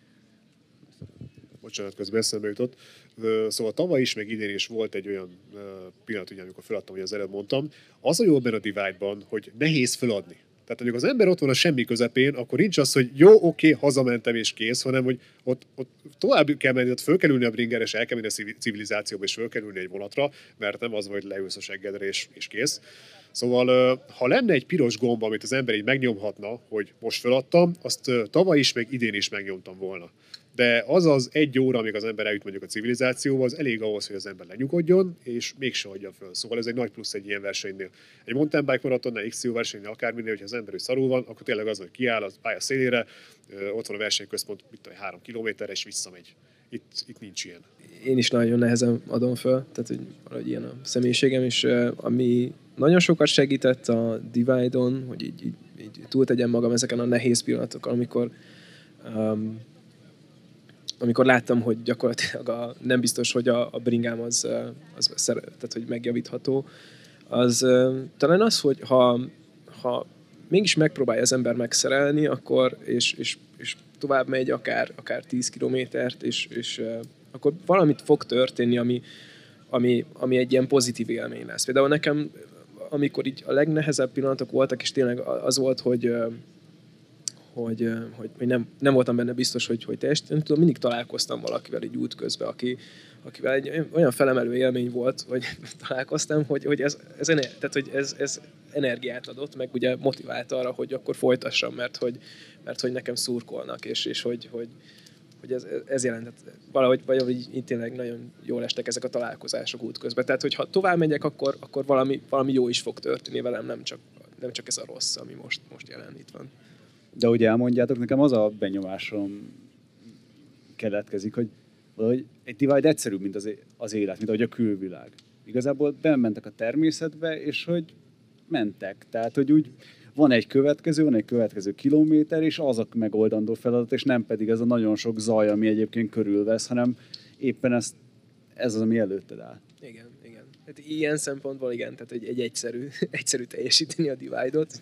Bocsánat, közben eszembe jutott. Szóval tavaly is, meg idén is volt egy olyan pillanat, ugye, amikor feladtam, hogy az előbb mondtam. Az a jó benne a Divide-ban, hogy nehéz feladni. Tehát mondjuk az ember ott van a semmi közepén, akkor nincs az, hogy jó, oké, hazamentem és kész, hanem hogy ott, ott tovább kell menni, ott föl kell ülni a bringerre, és el kell menni a civilizációba, és föl kell ülni egy vonatra, mert nem az, hogy leülsz a seggedre, és, és kész. Szóval, ha lenne egy piros gomb, amit az ember így megnyomhatna, hogy most feladtam, azt tavaly is, meg idén is megnyomtam volna. De az az egy óra, amíg az ember eljut mondjuk a civilizációba, az elég ahhoz, hogy az ember lenyugodjon, és mégse hagyja föl. Szóval ez egy nagy plusz egy ilyen versenynél. Egy mountain bike maratonnál, iksz cé o versenynél, akárminél, hogyha az ember szarul van, akkor tényleg az, hogy kiáll az pálya szélére, ott van a versenyközpont, mit tudom, három kilométerre, és visszamegy. Itt, itt nincs ilyen. Én is nagyon nehezen adom föl, tehát hogy valahogy ilyen a személyiségem, és ami nagyon sokat segített a Divide-on, hogy így, így, így túltegyem magam ezeken a nehéz pillanatokon, amikor um, amikor láttam, hogy gyakorlatilag a, nem biztos, hogy a, a bringám az, az szer, tehát, hogy megjavítható, az uh, talán az, hogy ha, ha mégis megpróbálja az ember megszerelni, akkor, és, és, és tovább megy akár, akár tíz kilométert, és, és uh, akkor valamit fog történni, ami, ami, ami egy ilyen pozitív élmény lesz. Például nekem, amikor így a legnehezebb pillanatok voltak, és tényleg az volt, hogy uh, hogy, hogy, hogy nem, nem voltam benne biztos, hogy, hogy teljesíteni tudom, mindig találkoztam valakivel egy út közben, aki, akivel egy olyan felemelő élmény volt, hogy találkoztam, hogy, hogy, ez, ez, tehát, hogy ez, ez energiát adott, meg ugye motivált arra, hogy akkor folytassam, mert hogy, mert hogy nekem szurkolnak, és, és hogy, hogy, hogy ez, ez jelentett. Valahogy, valahogy így tényleg nagyon jól estek ezek a találkozások út közben. Tehát, hogyha tovább megyek, akkor, akkor valami, valami jó is fog történni velem, nem csak, nem csak ez a rossz, ami most, most jelen itt van. De ugye elmondjátok, nekem az a benyomásom keletkezik, hogy valahogy egy Divide egyszerűbb, mint az, az élet, mint ahogy a külvilág. Igazából bementek a természetbe, és hogy mentek. Tehát, hogy úgy van egy következő, van egy következő kilométer, és az a megoldandó feladat, és nem pedig ez a nagyon sok zaj, ami egyébként körülvesz, hanem éppen ez, ez az, ami előtted áll. Igen, igen. Hát ilyen szempontból igen, tehát egy, egy egyszerű, egyszerű teljesíteni a Divide-ot.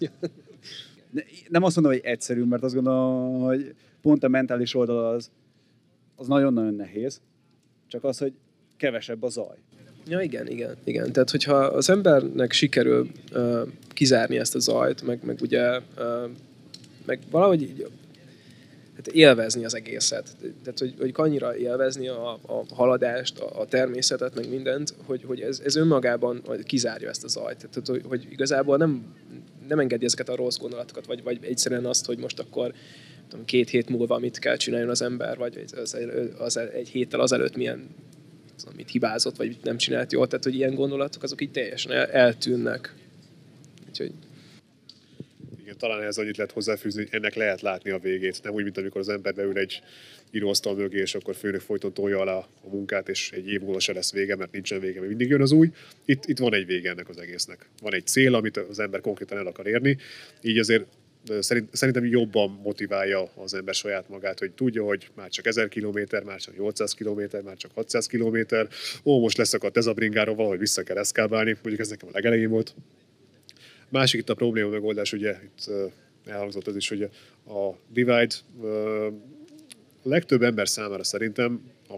Nem azt mondom, hogy egyszerű, mert azt gondolom, hogy pont a mentális oldal az, az nagyon-nagyon nehéz, csak az, hogy kevesebb a zaj. Ja, igen, igen, igen. Tehát, hogyha az embernek sikerül uh, kizárni ezt a zajt, meg, meg ugye, uh, meg valahogy így, hát élvezni az egészet. Tehát, hogy, hogy annyira élvezni a, a haladást, a, a természetet, meg mindent, hogy, hogy ez, ez önmagában kizárja ezt a zajt. Tehát, hogy, hogy igazából nem, nem engedi ezeket a rossz gondolatokat, vagy, vagy egyszerűen azt, hogy most akkor tudom, két hét múlva mit kell csináljon az ember, vagy az, az, egy héttel azelőtt milyen mit hibázott, vagy mit nem csinált jól. Tehát, hogy ilyen gondolatok, azok így teljesen el, eltűnnek. Úgyhogy... Igen, talán ehhez annyit lehet hozzáfűzni, hogy ennek lehet látni a végét. Nem úgy, mint amikor az ember beül egy íróasztal mögé, és akkor főnök folyton tolja alá a munkát, és egy év múlva se lesz vége, mert nincsen vége, mert mindig jön az új. Itt, itt van egy vége ennek az egésznek. Van egy cél, amit az ember konkrétan el akar érni. Így azért szerint, szerintem jobban motiválja az ember saját magát, hogy tudja, hogy már csak ezer kilométer, már csak nyolcszáz kilométer, már csak hatszáz kilométer. Ó, most leszakadt ez a bringáról, valahogy vissza kell eszkábálni. Mondjuk ez nekem a legelején volt. Másik itt a probléma megoldás, ugye itt elhangzott az is, hogy a Divide a legtöbb ember számára szerintem a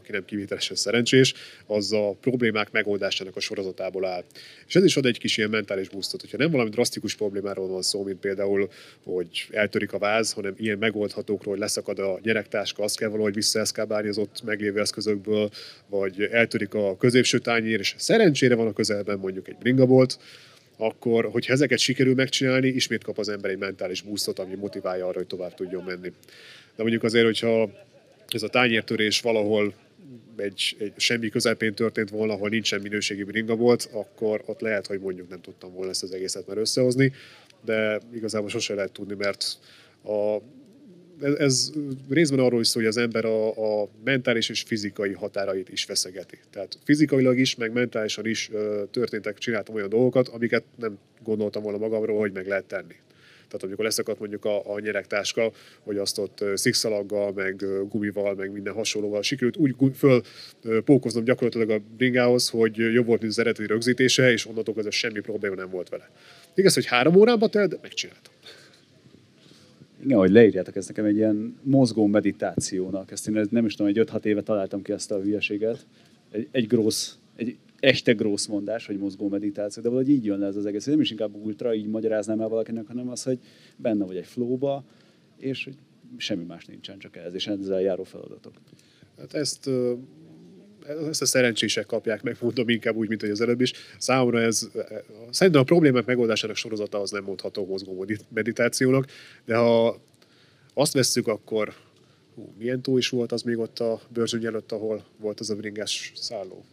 aki nem kivételesen szerencsés, az a problémák megoldásának a sorozatából áll. És ez is ad egy kis ilyen mentális boostot, hogyha nem valami drasztikus problémáról van szó, mint például, hogy eltörik a váz, hanem ilyen megoldhatókról, hogy leszakad a gyerektáska, azt kell valahogy visszaeszkábálni az ott meglévő eszközökből, vagy eltörik a középső tányér, és szerencsére van a közelben mondjuk egy bringabolt, akkor, hogyha ezeket sikerül megcsinálni, ismét kap az ember egy mentális boostot, ami motiválja arra, hogy tovább tudjon menni. De mondjuk azért, hogyha ez a tányértörés valahol egy, egy semmi közepén történt volna, ahol nincsen minőségi bringa volt, akkor ott lehet, hogy mondjuk nem tudtam volna ezt az egészet már összehozni, de igazából sose lehet tudni, mert a, ez, ez részben arról is szól, hogy az ember a, a mentális és fizikai határait is feszegeti. Tehát fizikailag is, meg mentálisan is ö, történtek, csináltam olyan dolgokat, amiket nem gondoltam volna magamról, hogy meg lehet tenni. Tehát amikor leszakadt mondjuk a, a nyeregtáska, hogy azt ott szikszalaggal, meg gumival, meg minden hasonlóval sikerült úgy fölpókoznom gyakorlatilag a bringához, hogy jobb volt, mint az eredeti rögzítése, és onnantól kezdve semmi probléma nem volt vele. Igaz, hogy három órába telt, de megcsináltam. Igen, hogy leírjátok ezt nekem egy ilyen mozgó meditációnak. Ezt én nem is tudom, egy öt-hat éve találtam ki ezt a hülyeséget. Egy, egy grossz, egy este grossz mondás, hogy mozgó meditáció, de valahogy így jön le ez az egész. Nem is inkább ultra, így magyaráznám el valakinek, hanem az, hogy benne vagy egy flowba, és hogy semmi más nincsen, csak ez, és ezzel járó feladatok. Hát ezt, ezt a szerencsések kapják meg, mondom inkább úgy, mint hogy az előbb is. Számomra ez, szerintem a problémák megoldásának sorozata az nem mondható mozgó meditációnak, de ha azt vesszük, akkor hú, milyen tó is volt az még ott a Börzsöny előtt, ahol volt az a bringás szálló?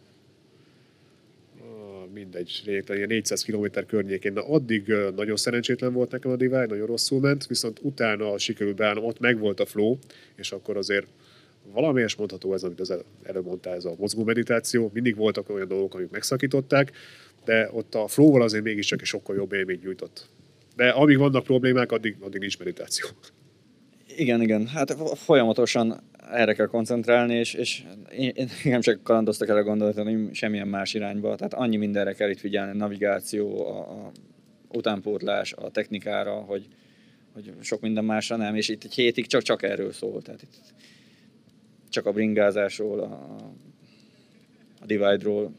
Mindegy, ilyen négyszáz kilométer környékén. Na, addig nagyon szerencsétlen volt nekem a Divide, nagyon rosszul ment, viszont utána sikerült beállnom, ott megvolt a flow, és akkor azért valamelyes mondható ez, amit az előbb mondtál, ez a mozgó meditáció. Mindig voltak olyan dolgok, amik megszakították, de ott a flow-val azért mégiscsak egy sokkal jobb élményt nyújtott. De amíg vannak problémák, addig, addig nincs meditáció. Igen, igen. Hát folyamatosan erre kell koncentrálni, és, és én, én nem csak kalandoztak el a gondolatot, hanem semmilyen más irányba. Tehát annyi mindenre kell itt figyelni, a navigáció, a, a utánpótlás, a technikára, hogy, hogy sok minden másra nem, és itt egy hétig csak-csak erről szól. Tehát itt csak a bringázásról, a, a divide-ról.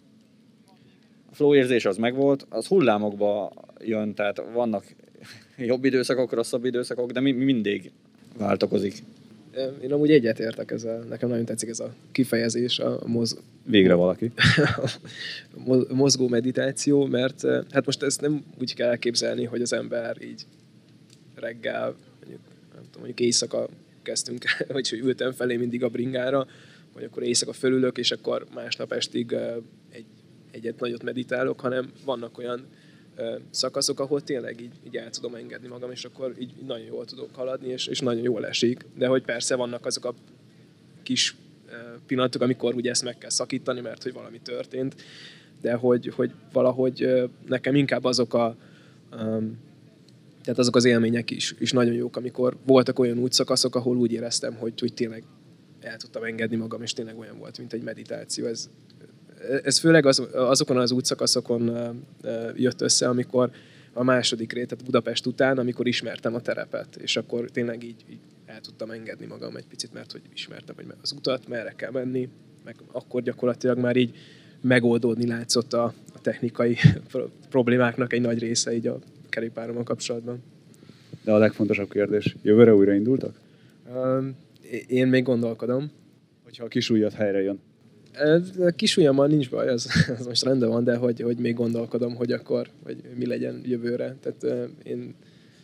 A flow érzés az megvolt, az hullámokba jön, tehát vannak jobb időszakok, rosszabb időszakok, de mi, mindig váltakozik. Én amúgy egyetértek ezzel, nekem nagyon tetszik ez a kifejezés, a moz... Végre valaki. a mozgó meditáció, mert hát most ezt nem úgy kell elképzelni, hogy az ember így reggel, mondjuk, nem tudom, mondjuk éjszaka kezdtünk, vagy hogy ültem felé mindig a bringára, vagy akkor éjszaka fölülök, és akkor másnap estig egy, egyet nagyot meditálok, hanem vannak olyan szakaszok, ahol tényleg így, így el tudom engedni magam, és akkor így nagyon jól tudok haladni, és, és nagyon jól esik. De hogy persze vannak azok a kis pillanatok, amikor ugye ezt meg kell szakítani, mert hogy valami történt, de hogy, hogy valahogy nekem inkább azok a um, tehát azok az élmények is, is nagyon jók, amikor voltak olyan útszakaszok, ahol úgy éreztem, hogy, hogy tényleg el tudtam engedni magam, és tényleg olyan volt, mint egy meditáció. Ez, ez főleg az, azokon az útszakaszokon jött össze, amikor a második rét, tehát Budapest után, amikor ismertem a terepet, és akkor tényleg így, így el tudtam engedni magam egy picit, mert hogy ismertem, hogy az utat, merre kell menni, meg akkor gyakorlatilag már így megoldódni látszott a, a technikai problémáknak egy nagy része így a kerékpárommal kapcsolatban. De a legfontosabb kérdés, jövőre újra indultak? Um, én még gondolkodom. Hogyha a kis ujjad helyre jön. A kis ujjammal nincs baj, az, az most rendben van, de hogy, hogy még gondolkodom, hogy akkor, hogy mi legyen jövőre. Tehát uh, én,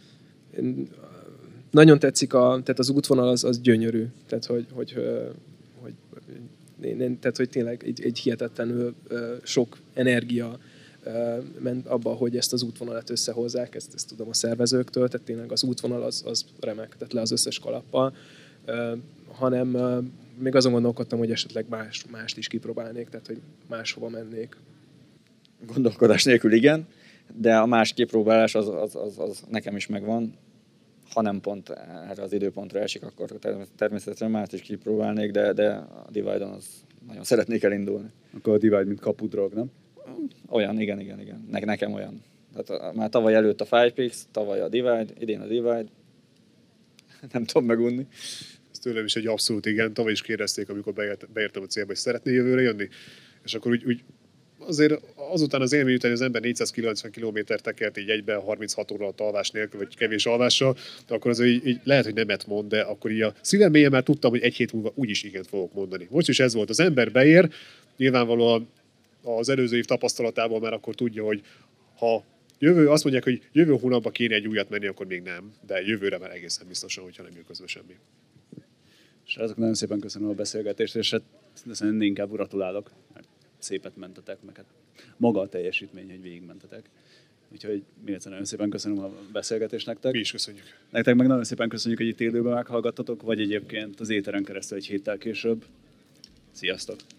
én nagyon tetszik, a, tehát az útvonal az, az gyönyörű. Tehát, hogy, hogy, uh, hogy, én, én, tehát, hogy tényleg egy, egy hihetetlenül uh, sok energia uh, ment abba, hogy ezt az útvonalat összehozzák, ezt, ezt tudom a szervezőktől, tehát tényleg az útvonal az, az remek, tehát le az összes kalappal, uh, hanem uh, még azon gondolkodtam, hogy esetleg más, mást is kipróbálnék, tehát hogy máshova mennék. Gondolkodás nélkül igen, de a más kipróbálás az, az, az, az nekem is megvan. Ha nem pont erre az időpontra esik, akkor természetesen mást is kipróbálnék, de, de a Divide-on az nagyon szeretnék elindulni. Akkor a Divide, mint kapudrog, nem? Olyan, igen, igen, igen. Ne, nekem olyan. Tehát már tavaly előtt a Five Peaks, tavaly a Divide, idén a Divide. Nem tudom megunni. Ez tőlem is egy abszolút igen. Tavaly is kérdezték, amikor beért, beértem a célba, hogy szeretné jövőre jönni. És akkor úgy, úgy azért azután az élmény után az ember négyszázkilencven kilométer tekert így egyben harminchat óra alatt alvás nélkül, vagy kevés alvással, akkor az így, így lehet, hogy nemet mond, de akkor így a szívem mélyen már tudtam, hogy egy hét múlva úgyis igent fogok mondani. Most is ez volt. Az ember beér, nyilvánvalóan az előző év tapasztalatából már akkor tudja, hogy ha jövő, azt mondják, hogy jövő hónapban kéne egy újat menni, akkor még nem, de jövőre már egészen biztosan, hogyha nem jön közben semmi. És azok nagyon szépen köszönöm a beszélgetést, és hát szerintem inkább gratulálok, mert szépet mentetek, meg hát maga a teljesítmény, hogy végigmentetek. Úgyhogy még egyszer nagyon szépen köszönöm a beszélgetést nektek. Mi is köszönjük. Nektek meg nagyon szépen köszönjük, hogy itt élőben meghallgattatok, vagy egyébként az éteren keresztül egy héttel később. Sziasztok!